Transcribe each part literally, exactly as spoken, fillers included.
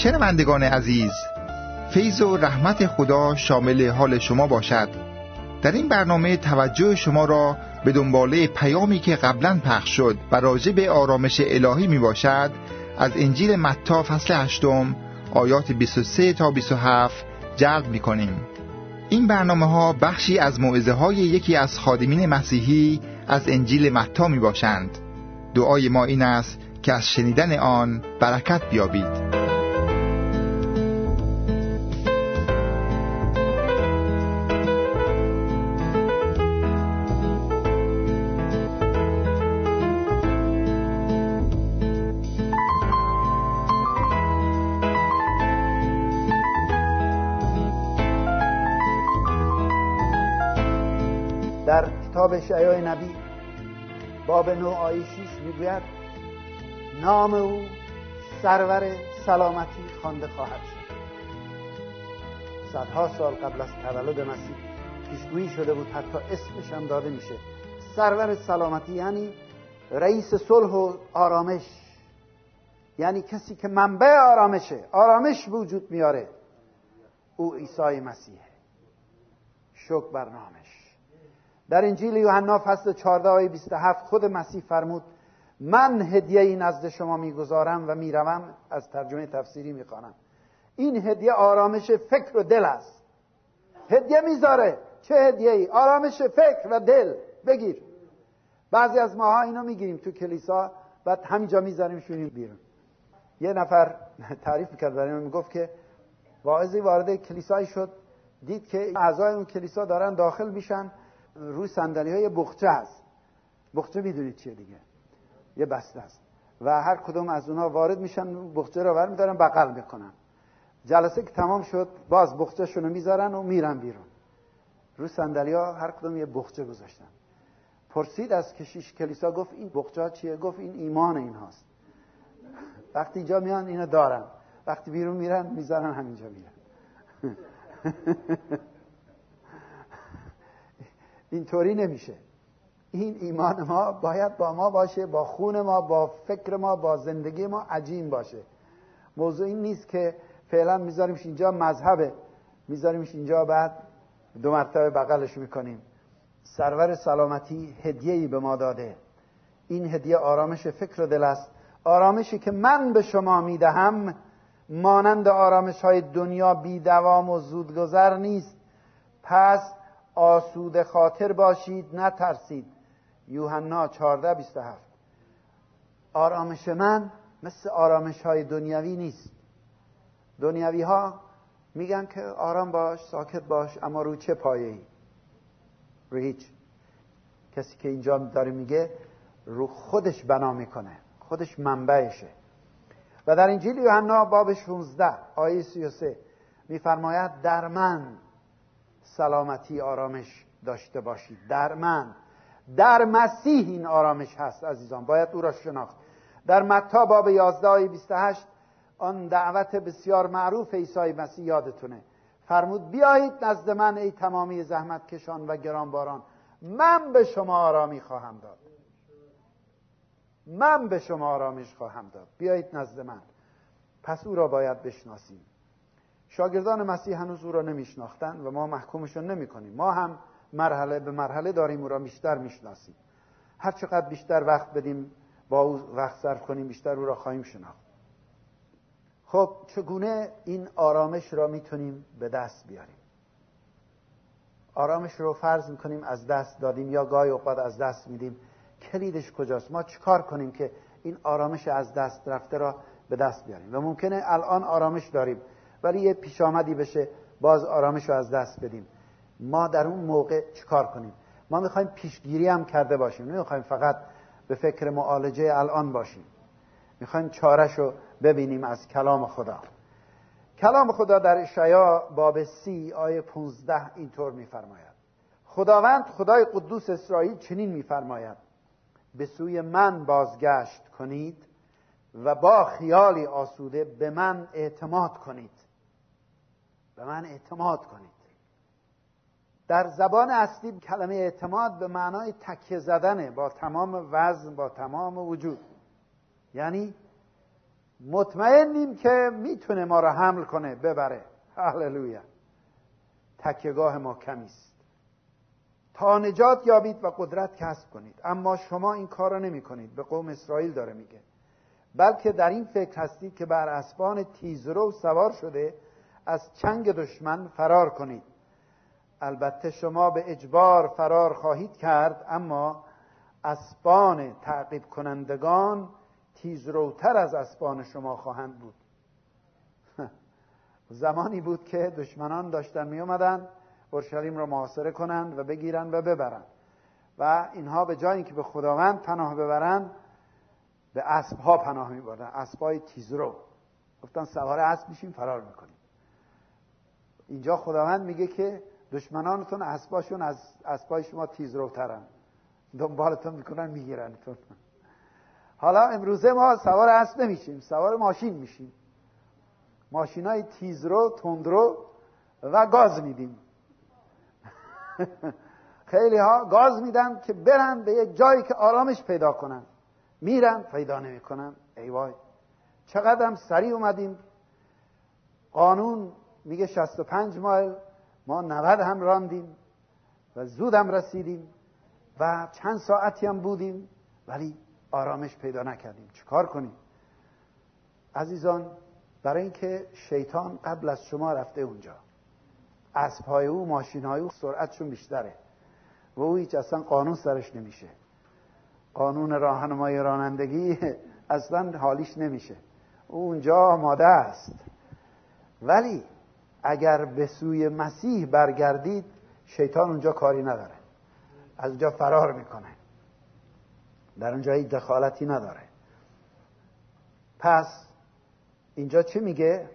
شنوندگان عزیز، فیض و رحمت خدا شامل حال شما باشد. در این برنامه توجه شما را به دنباله پیامی که قبلا پخش شد و راجع به آرامش الهی می باشد از انجیل متی فصل هشتم آیات بیست و سه تا بیست و هفت جلب می کنیم. این برنامه ها بخشی از موعظه های یکی از خادمین مسیحی از انجیل متی می باشند. دعای ما این است که از شنیدن آن برکت بیابید. در کتاب اشعیا نبی باب نه آیه شش میگوید نام او سرور سلامتی خوانده خواهد شد. صدها سال قبل از تولد مسیح پیشگویی شده بود، حتی اسمش هم داده میشه. سرور سلامتی یعنی رئیس صلح و آرامش، یعنی کسی که منبع آرامشه، آرامش وجود میاره. او عیسی مسیحه. شکر بر نامش. در انجیل یوحنا فصل چهارده آیه بیست و هفت خود مسیح فرمود من هدیه ای نزد شما میگذارم و میروم. از ترجمه تفسیری میخوانم. این هدیه آرامش فکر و دل است. هدیه میذاره. چه هدیه ای؟ آرامش فکر و دل. بگیر. بعضی از ماها اینو میگیریم تو کلیسا، بعد همینجا میذاریم شونیم بیرون. یه نفر تعریف میکرد برای من، میگفت که واعظی وارد کلیسایی شد، دید که اعضای اون کلیسا دارن داخل میشن، روی صندلی های بخچه هست. بخچه میدونید چیه دیگه؟ یه بسته است و هر کدوم از اونها وارد میشن، بخچه رو برمی دارن بغل میکنن. جلسه که تمام شد باز بخچه شونو میذارن و میرن بیرون. روی صندلی ها هر کدوم یه بخچه گذاشتن. پرسید از کشیش کلیسا، گفت این بخچه چیه؟ گفت این ایمان این هاست. وقتی اینجا میان اینو دارن، وقتی بیرون میرن میذارن همینجا میرن. اینطوری نمیشه. این ایمان ما باید با ما باشه، با خون ما، با فکر ما، با زندگی ما عجین باشه. موضوع این نیست که فعلا میذاریمش اینجا مذهبه، میذاریمش اینجا بعد دو مرتبه بغلش میکنیم. سرور سلامتی هدیه‌ای به ما داده. این هدیه آرامش فکر و دل است. آرامشی که من به شما میدهم مانند آرامش های دنیا بی دوام و زودگذر نیست. پس آسوده خاطر باشید، نترسید. یوحنا چهارده بیست و هفت. آرامش من مثل آرامش های دنیوی نیست. دنیوی ها میگن که آرام باش، ساکت باش، اما رو چه پایه‌ای؟ رو هیچ. کسی که اینجا داره میگه رو خودش بنا میکنه، خودش منبعشه. و در انجیل یوحنا باب شانزده آیه سی و سه میفرماید در من سلامتی آرامش داشته باشید. در من، در مسیح این آرامش هست عزیزان، باید او را شناخت. در متی باب یازده آیه بیست و هشت آن دعوت بسیار معروف عیسی مسیح یادتونه، فرمود بیایید نزد من ای تمامی زحمت کشان و گرانباران، من به شما آرامی خواهم داد. من به شما آرامش خواهم داد. بیایید نزد من. پس او را باید بشناسیم. شاگردان مسیح هنوز او را نمیشناختن و ما محکومشون نمی کنیم. ما هم مرحله به مرحله داریم او را بیشتر میشناسیم. هر چقدر بیشتر وقت بدیم، با او وقت صرف کنیم، بیشتر او را خواهیم شناخت. خب چگونه این آرامش را میتونیم به دست بیاریم؟ آرامش رو فرض میکنیم از دست دادیم یا گاهی اوقات از دست میدیم. کلیدش کجاست؟ ما چیکار کنیم که این آرامش از دست رفته را به دست بیاریم؟ و ممکنه الان آرامش داریم ولی یه پیش آمدی بشه باز آرامش رو از دست بدیم. ما در اون موقع چیکار کنیم؟ ما میخوایم پیشگیری هم کرده باشیم، نمیخوایم فقط به فکر معالجه الان باشیم. میخوایم چارش رو ببینیم از کلام خدا. کلام خدا در اشعیا باب سی آیه پانزده اینطور میفرماید: خداوند خدای قدوس اسرائیل چنین میفرماید به سوی من بازگشت کنید و با خیالی آسوده به من اعتماد کنید. به من اعتماد کنید. در زبان اصلی کلمه اعتماد به معنای تکیه زدنه با تمام وزن، با تمام وجود. یعنی مطمئنیم که میتونه ما را حمل کنه ببره. هللویا. تکیهگاه ما کمی است. تا نجات یابید و قدرت کسب کنید. اما شما این کار را نمی کنید. به قوم اسرائیل داره میگه. بلکه در این فکر هستید که بر اسبان تیزرو سوار شده از چنگ دشمن فرار کنید. البته شما به اجبار فرار خواهید کرد، اما اسبان تعقیب کنندگان تیزروتر از اسبان شما خواهند بود. زمانی بود که دشمنان داشتن می اومدن اورشلیم را محاصره کنند و بگیرن و ببرن و اینها به جای اینکه به خداوند پناه ببرن به اسبها پناه می بردن. اسبای تیزرو. گفتن سوار اسب میشیم فرار میکنیم. اینجا خداوند میگه که دشمنانتون اسباشون از اسبای شما تیزروترن، دنبالتون میکنن میگیرنتون. حالا امروزه ما سوار اسب نمیشیم، سوار ماشین میشیم. ماشینای تیزرو، تندرو و گاز میدیم. خیلی ها گاز میدن که برن به یک جایی که آرامش پیدا کنن، میرن پیدا نمیکنن. ای وای چقدر هم سریع اومدیم. قانون میگه شصت و پنج مایل، ما نود هم راندیم و زود هم رسیدیم و چند ساعتی هم بودیم ولی آرامش پیدا نکردیم. چیکار کنیم عزیزان؟ برای اینکه شیطان قبل از شما رفته اونجا. اسب‌های او، ماشین‌های او سرعتشون بیشتره و او هیچ اصلا قانون سرش نمیشه. قانون راهنمای رانندگی اصلا حالیش نمیشه. او اونجا آماده است. ولی اگر به سوی مسیح برگردید شیطان اونجا کاری نداره، از اونجا فرار میکنه، در اونجا هیچ دخالتی نداره. پس اینجا چی میگه؟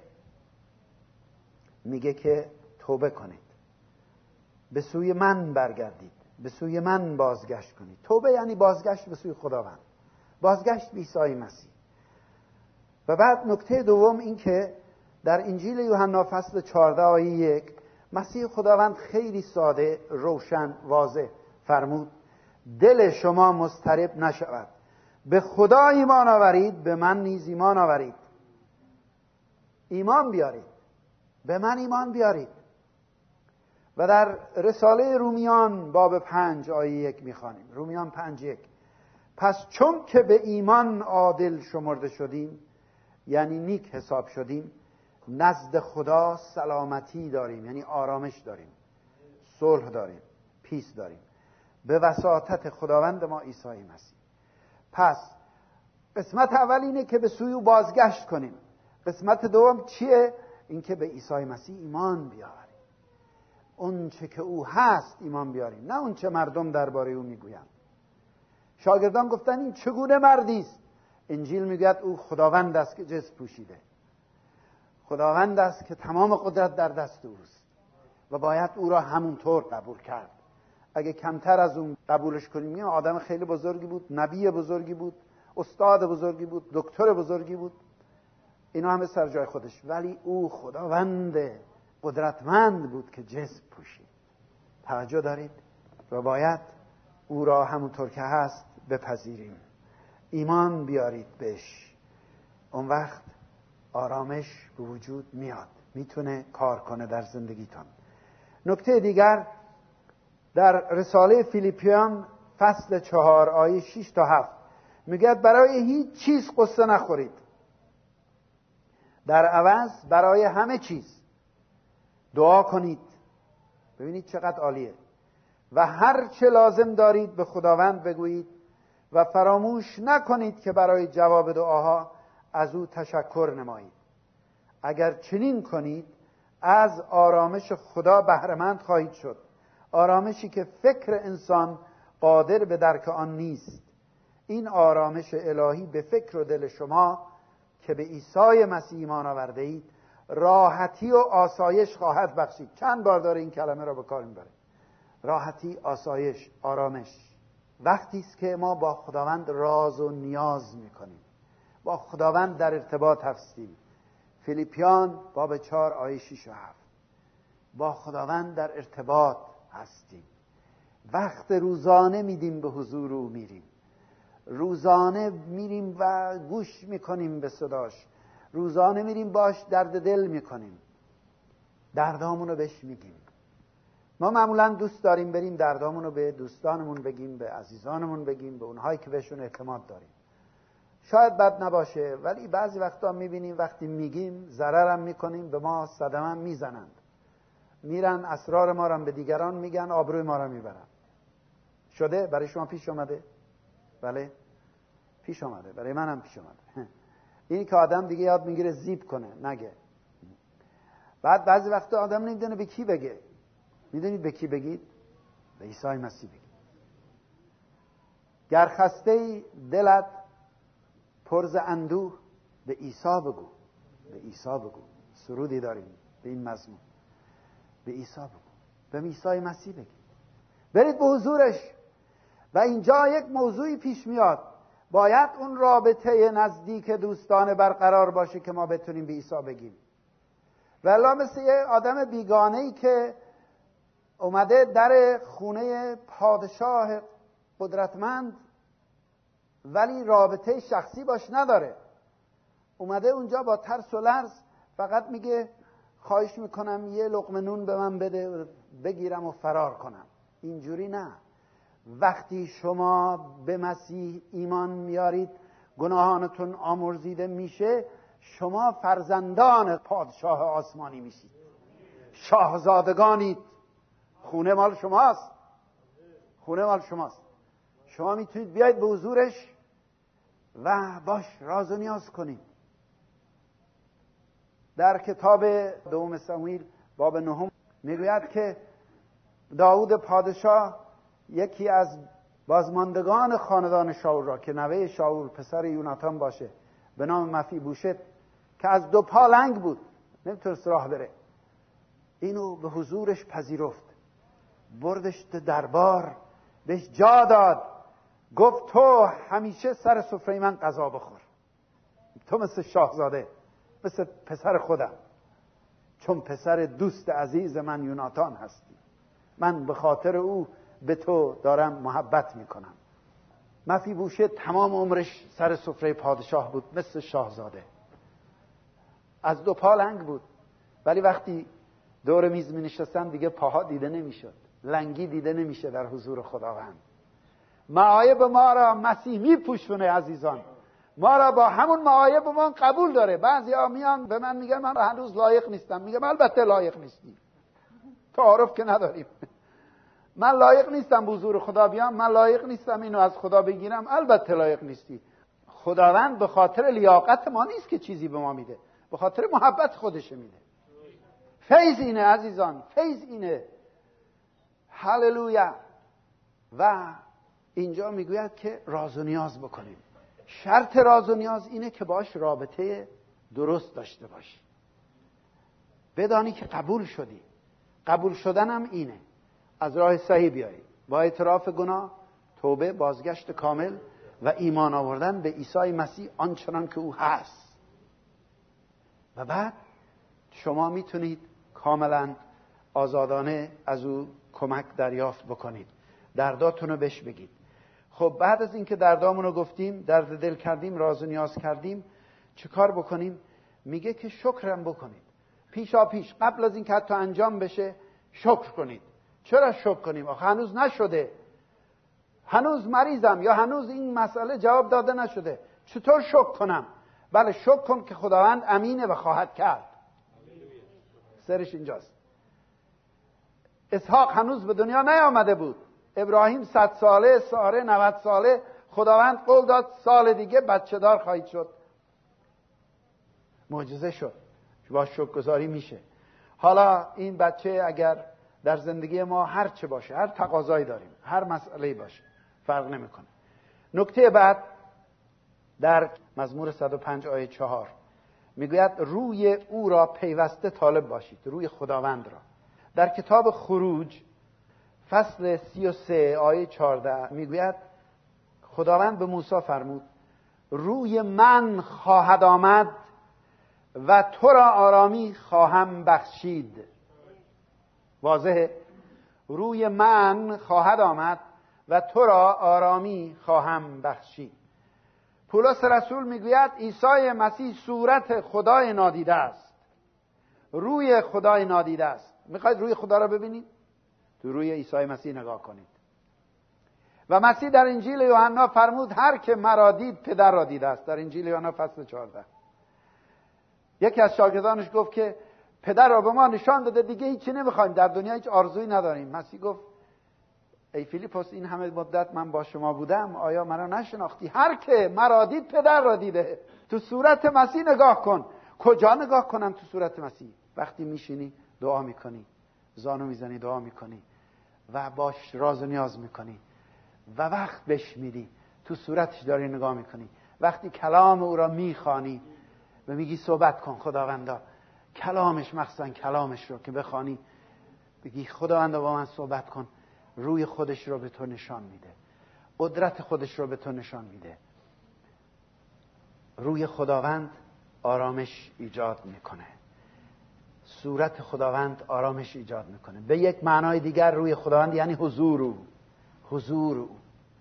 میگه که توبه کنید، به سوی من برگردید، به سوی من بازگشت کنید. توبه یعنی بازگشت به سوی خداوند، بازگشت به عیسی مسیح. و بعد نکته دوم این که در انجیل یوحنا فصل چهارده آیه یک مسیح خداوند خیلی ساده، روشن، واضح فرمود دل شما مضطرب نشود، به خدا ایمان آورید، به من نیز ایمان آورید. ایمان بیارید، به من ایمان بیارید. و در رساله رومیان باب پنج آیه یک میخوانیم. رومیان پنج یک پس چون که به ایمان عادل شمرده شدیم، یعنی نیک حساب شدیم، نزد خدا سلامتی داریم، یعنی آرامش داریم، صلح داریم، پیس داریم به وساطت خداوند ما عیسی مسیح. پس قسمت اول اینه که به سوی او بازگشت کنیم. قسمت دوم چیه؟ این که به عیسی مسیح ایمان بیاریم، اون چه که او هست ایمان بیاریم، نه اون چه مردم درباره او میگویند. شاگردان گفتن این چگونه مردی است؟ انجیل میگوید او خداوند است که جسم پوشیده، خداوند است که تمام قدرت در دست اوست و باید او را همونطور قبول کرد. اگه کمتر از اون قبولش کنیم، این آدم خیلی بزرگی بود، نبی بزرگی بود، استاد بزرگی بود، دکتر بزرگی بود، اینا همه سر جای خودش، ولی او خداوند قدرتمند بود که جسم پوشید. توجه دارید؟ و باید او را همونطور که هست بپذیریم، ایمان بیارید بهش. اون وقت آرامش به وجود میاد، میتونه کار کنه در زندگیتون. نکته دیگر در رساله فیلیپیان فصل چهار آیه شش تا هفت میگه برای هیچ چیز قصه نخورید، در عوض برای همه چیز دعا کنید. ببینید چقدر عالیه. و هر چه لازم دارید به خداوند بگویید و فراموش نکنید که برای جواب دعاها از او تشکر نمایید. اگر چنین کنید از آرامش خدا بهره‌مند خواهید شد، آرامشی که فکر انسان قادر به درک آن نیست. این آرامش الهی به فکر و دل شما که به عیسی مسیح ایمان آورده اید راحتی و آسایش خواهد بخشید. چند بار داره این کلمه را به کار میبره، راحتی، آسایش، آرامش. وقتی است که ما با خداوند راز و نیاز میکنیم، با خداوند در ارتباط هستیم. فیلیپیان باب چهار آیه شش و هفت، با خداوند در ارتباط هستیم. وقت روزانه میدیم به حضور او، میریم روزانه میریم و گوش میکنیم به صداش، روزانه میریم باش درد دل میکنیم، دردامون رو بهش میگیم. ما معمولا دوست داریم بریم دردامون رو به دوستانمون بگیم، به عزیزانمون بگیم، به اونهایی که بهشون اعتماد داریم. شاید بد نباشه، ولی بعضی وقتا میبینیم وقتی میگیم ضررم میکنیم، به ما صدمه میزنند، میرن اسرار ما رو به دیگران میگن، آبروی ما رو میبرن. شده؟ برای شما پیش اومده؟ بله پیش اومده، برای منم پیش اومده. این که آدم دیگه یاد میگیره زیب کنه، نگه. بعد بعضی وقتا آدم نمیدونه به کی بگه. میدونید به کی بگید؟ به عیسی مسیح بگید. گر خسته دلت پر ز اندوه، به عیسی بگو، به عیسی بگو. سرودی داریم به این مضمون. به عیسی بگو، به عیسی مسیح بگید. برید به حضورش. و اینجا یک موضوعی پیش میاد، باید اون رابطه نزدیک دوستانه برقرار باشه که ما بتونیم به عیسی بگیم. ولی مثل یه آدم بیگانه‌ای که اومده در خونه پادشاه قدرتمند ولی رابطه شخصی باش نداره، اومده اونجا با ترس و لرز فقط میگه خواهش میکنم یه لقمه نون به من بده بگیرم و فرار کنم. اینجوری نه. وقتی شما به مسیح ایمان میارید، گناهانتون آمرزیده میشه، شما فرزندان پادشاه آسمانی میشید، شاهزادگانید. خونه مال شماست، خونه مال شماست. شما میتونید بیاید به حضورش و باش راز و نیاز کنید. در کتاب دوم سموئیل باب نهم میگوید که داود پادشاه یکی از بازماندگان خاندان شاول را که نوه شاول پسر یوناتان باشه به نام مفیبوشت که از دو پا لنگ بود، نمیتونست راه بره، اینو به حضورش پذیرفت، بردش دربار، بهش جا داد، گفت تو همیشه سر سفره من غذا بخور، تو مثل شاهزاده، مثل پسر خودم، چون پسر دوست عزیز من یوناتان هستی، من به خاطر او به تو دارم محبت میکنم. مفیبوشت تمام عمرش سر سفره پادشاه بود، مثل شاهزاده، از دو پا لنگ بود، ولی وقتی دور میز می نشستن دیگه پاها دیده نمیشد، لنگی دیده نمیشه در حضور خداوند. معایب ما را مسیح میپوشونه عزیزان، ما را با همون معایب ما قبول داره. بعضی ها میان به من میگن من هنوز لایق نیستم، میگم البته لایق نیستی، تعارف که نداریم. من لایق نیستم به حضور خدا بیام، من لایق نیستم اینو از خدا بگیرم، البته لایق نیستی. خداوند به خاطر لیاقت ما نیست که چیزی به ما میده، به خاطر محبت خودش میده. فیض اینه عزیزان، فیض اینه. هللویا. و اینجا میگوید که راز و نیاز بکنیم. شرط راز و نیاز اینه که باش رابطه درست داشته باشی، بدانی که قبول شدی. قبول شدنم اینه از راه صحیح بیایی، با اعتراف گناه، توبه، بازگشت کامل و ایمان آوردن به عیسی مسیح آنچنان که او هست. و بعد شما میتونید کاملا آزادانه از او کمک دریافت بکنید، درداتون رو بهش بگید. خب بعد از اینکه دردامون رو گفتیم، درد دل کردیم، راز و نیاز کردیم، چه کار بکنیم؟ میگه که شکرم بکنید. پیشا پیش قبل از اینکه حتی انجام بشه شکر کنید. چرا شکر کنیم؟ آخه هنوز نشده، هنوز مریضم، یا هنوز این مسئله جواب داده نشده، چطور شکر کنم؟ بله شکر کن که خداوند امینه و خواهد کرد. سرش اینجاست. اسحاق هنوز به دنیا نیامده بود، ابراهیم صد ساله، ساره نود ساله، خداوند قول داد سال دیگه بچه دار خواهید شد. معجزه شد، با شکرگزاری میشه. حالا این بچه اگر در زندگی ما هر چه باشه، هر تقاضایی داریم، هر مسئله‌ای باشه، فرق نمیکنه. نکته بعد در مزمور صد و پنج آیه چهار میگوید روی او را پیوسته طالب باشید، روی خداوند را. در کتاب خروج فصل سی و سه آیه چهارده میگوید خداوند به موسی فرمود روی من خواهد آمد و تو را آرامی خواهم بخشید. واضحه؟ روی من خواهد آمد و تو را آرامی خواهم بخشید. پولس رسول میگوید عیسی مسیح صورت خدای نادیده است، روی خدای نادیده است. میخواید روی خدا را ببینید؟ تو روی عیسی مسیح نگاه کنید. و مسیح در انجیل یوحنا فرمود هر که مرا دید پدر را دیده است، در انجیل یوحنا فصل چهارده. یکی از شاگردانش گفت که پدر را به ما نشان داده، دیگه هیچی نمیخوایم، در دنیا هیچ آرزویی نداریم. مسیح گفت ای فیلیپوس، این همه مدت من با شما بودم، آیا مرا نشناختی؟ هر که مرا دید پدر را دیده. تو صورت مسیح نگاه کن. کجا نگاه کنم تو صورت مسیح؟ وقتی میشینی دعا میکنی، زانو میزنی دعا میکنی و باش راز و نیاز میکنی و وقت بهش میدی، تو صورتش داری نگاه میکنی. وقتی کلام او را میخوانی و میگی صحبت کن خداوندا، کلامش مخصوصا کلامش رو که بخوانی بگی خداوندا با من صحبت کن، روی خودش رو به تو نشان میده، قدرت خودش رو به تو نشان میده. روی خداوند آرامش ایجاد میکنه، صورت خداوند آرامش ایجاد میکنه. به یک معنای دیگر روی خداوند یعنی حضور او. حضور او.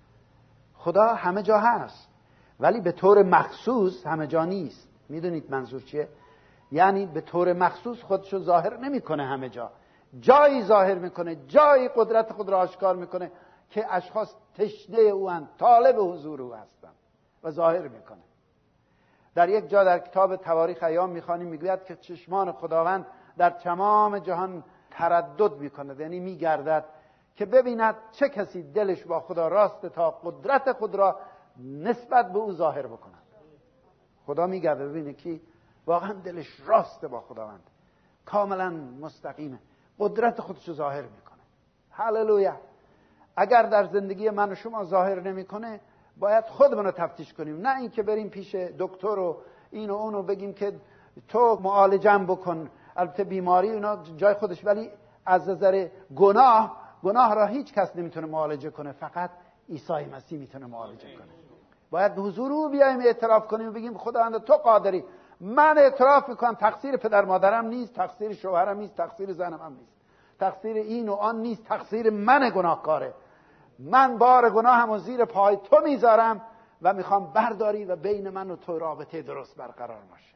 خدا همه جا هست ولی به طور مخصوص همه جا نیست. میدونید منظور چیه؟ یعنی به طور مخصوص خودشو ظاهر نمیکنه همه جا، جایی ظاهر میکنه، جایی قدرت خود را آشکار میکنه که اشخاص تشنه او هستند، طالب حضور او هستند و ظاهر میکنه. در یک جا در کتاب تواریخ ایام میخوانیم، میگوید که چشمان خداوند در تمام جهان تردد میکند، یعنی میگردد که ببیند چه کسی دلش با خدا راست تا قدرت خود را نسبت به او ظاهر بکند. خدا میگرده ببینه کی واقعا دلش راسته با خداوند، کاملا مستقیمه، قدرت خودش رو ظاهر میکنه. هللویا. اگر در زندگی من و شما ظاهر نمیکنه، باید خودمون رو تفتیش کنیم، نه اینکه بریم پیش دکتر و این و اون و بگیم که تو معالجم بکن. البته بیماری اینا جای خودش، ولی از نظر گناه، گناه را هیچ کس نمیتونه معالجه کنه، فقط عیسی مسیح میتونه معالجه کنه. باید به حضور او بیایم، اعتراف کنیم و بگیم خداوند تو قادری. من اعتراف میکنم تقصیر پدر مادرم نیست، تقصیر شوهرم نیست، تقصیر زنم هم نیست، تقصیر این و آن نیست، تقصیر من گناهکاره. من بار گناهم و زیر پای تو میذارم و میخوام برداری و بین من و تو رابطه درست برقرار باشه.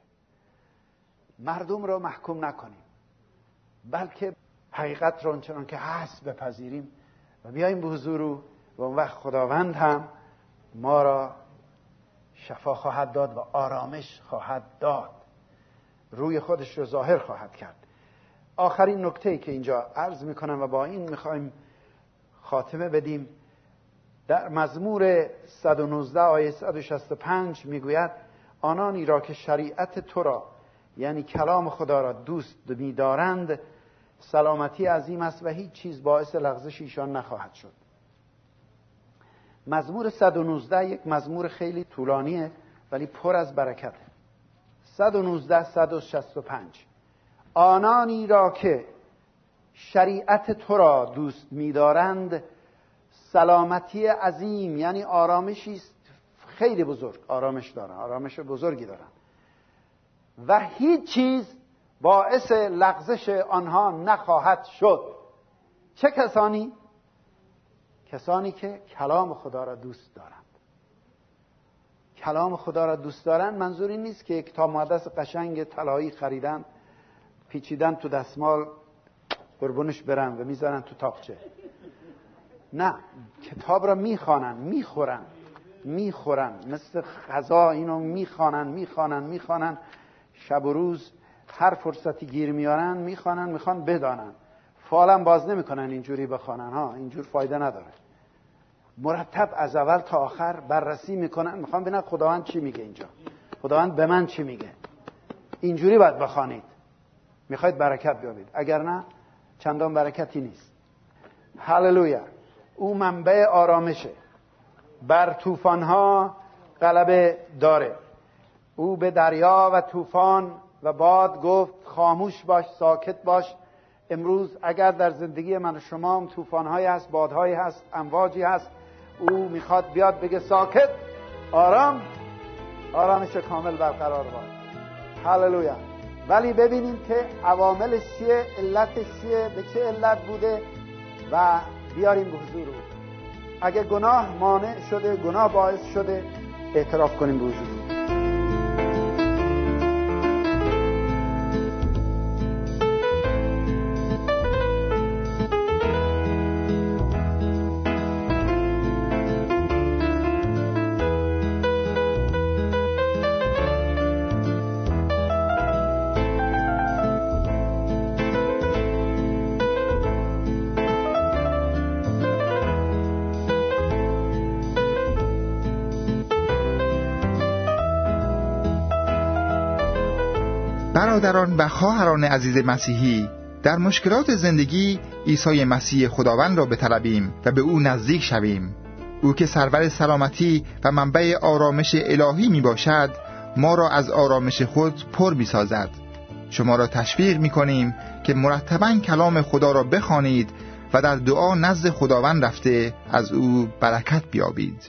مردم رو محکوم نکنیم، بلکه حقیقت رو اونچنان که هست بپذیریم و بیاییم به حضور او و اون وقت خداوند هم ما را شفا خواهد داد و آرامش خواهد داد، روی خودش رو ظاهر خواهد کرد. آخرین نکته‌ای که اینجا عرض میکنم و با این میخوایم خاتمه بدیم، در مزمور صد و نوزده آیه صد و شصت و پنج میگوید آنانی را که شریعت تو را یعنی کلام خدا را دوست می‌دارند سلامتی عظیم است و هیچ چیز باعث لغزش ایشان نخواهد شد. مزمور صد و نوزده یک مزمور خیلی طولانیه ولی پر از برکته. صد و نوزده صد و شصت و پنج آنانی را که شریعت تو را دوست می‌دارند سلامتی عظیم یعنی آرامشی است خیلی بزرگ، آرامش دارن، آرامش بزرگی دارن و هیچ چیز باعث لغزش آنها نخواهد شد. چه کسانی؟ کسانی که کلام خدا را دوست دارند. کلام خدا را دوست دارند منظور این نیست که کتاب مقدس قشنگ طلایی خریدن، پیچیدن تو دستمال، قربونش برن و میذارن تو تاقچه. نه، کتاب را میخوانن، میخورن میخورن مثل غذا اینو میخوانن میخوانن میخوانن شب و روز هر فرصتی گیر میارن میخوانن، میخوان بدانن. فعلا باز نمیکنن اینجوری بخوانن ها، اینجور فایده نداره. مرتب از اول تا آخر بررسی میکنن، میخوان ببینن خداوند چی میگه اینجا، خداوند به من چی میگه. اینجوری باید بخوانید میخواید برکت بیابید، اگر نه چندان برکتی نیست. هللویا. او منبع آرامشه، بر طوفان‌ها غلبه داره. او به دریا و طوفان و باد گفت خاموش باش، ساکت باش. امروز اگر در زندگی من و شما هم طوفان‌هایی هست، بادهایی هست، امواجی هست، او میخواد بیاد بگه ساکت، آرام، آرامش کامل برقرار باش. هللویا. ولی ببینیم که عواملش چیه، علتش چیه، به چه علت بوده و بیاریم به حضور او. اگه گناه مانع شده، گناه باعث شده اعتراف کنیم به حضور. برادران و خواهران عزیز مسیحی، در مشکلات زندگی عیسی مسیح خداوند را بطلبیم و به او نزدیک شویم. او که سرور سلامتی و منبع آرامش الهی می باشد، ما را از آرامش خود پر می سازد. شما را تشویق می کنیم که مرتباً کلام خدا را بخوانید و در دعا نزد خداوند رفته از او برکت بیابید.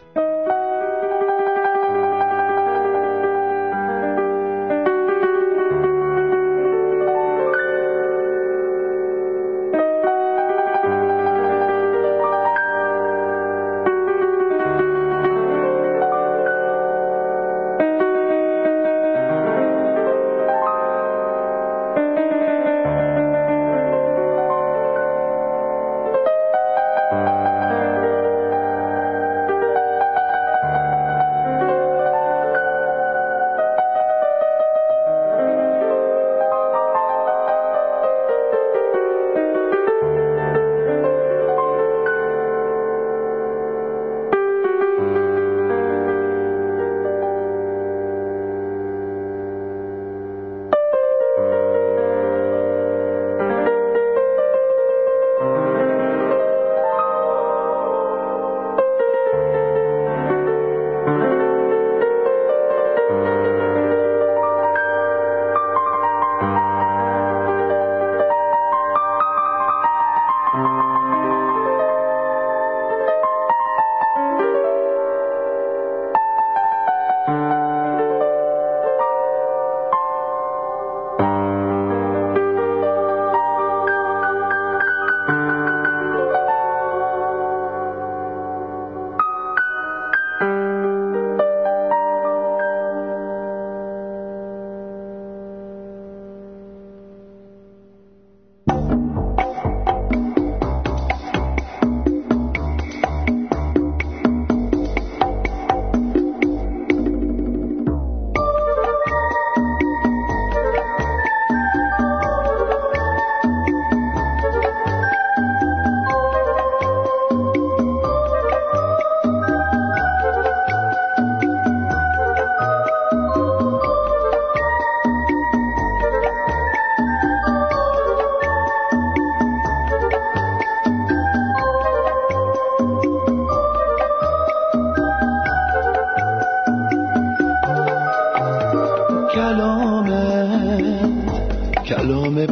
کلام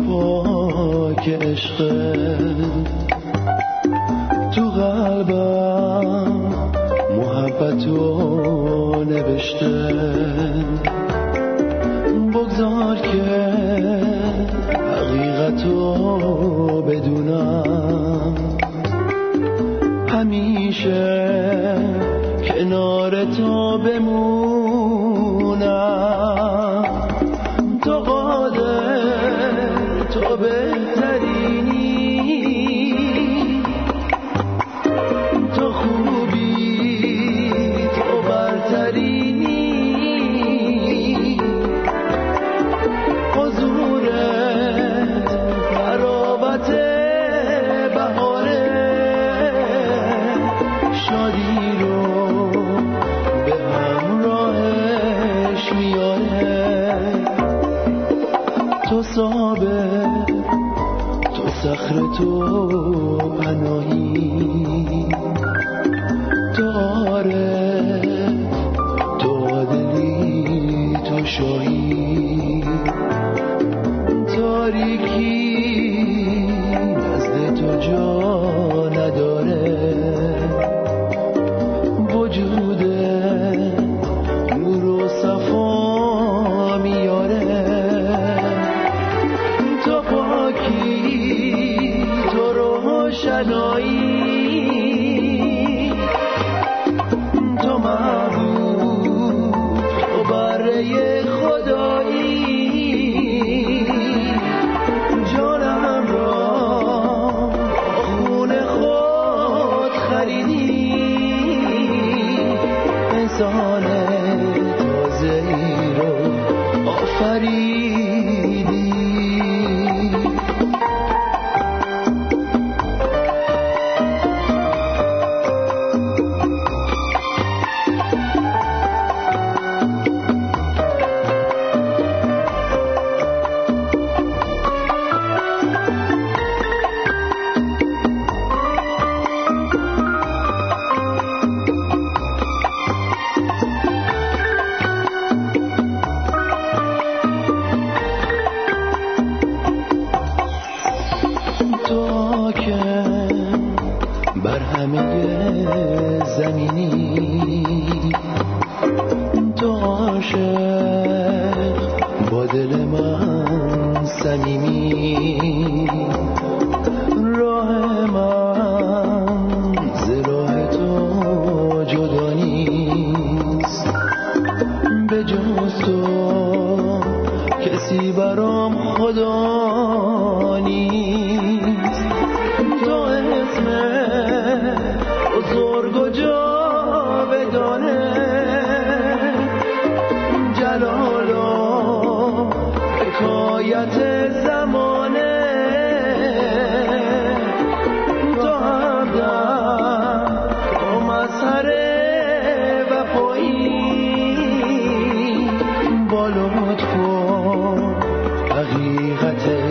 پاک عشق تو قلبم محبتو نوشته، بگذار که حقیقتو بدونم، همیشه کنار تو بمونم، تو قادر، تو بهترینی، تو خوبی، تو برترینی، حضورت قرابت بهاره، شادی رو به همراهش میاره، تو ثابت، تو صخره، تو پناهی، تو عارف، تو عادلی، تو شاهی، تاریکی نزد تو جا نداره، وجود نور و صفا میاره، تو پاکی، تو روشنایی، تو محبوب، انسان تازه ای رو آفریدی. حقیقت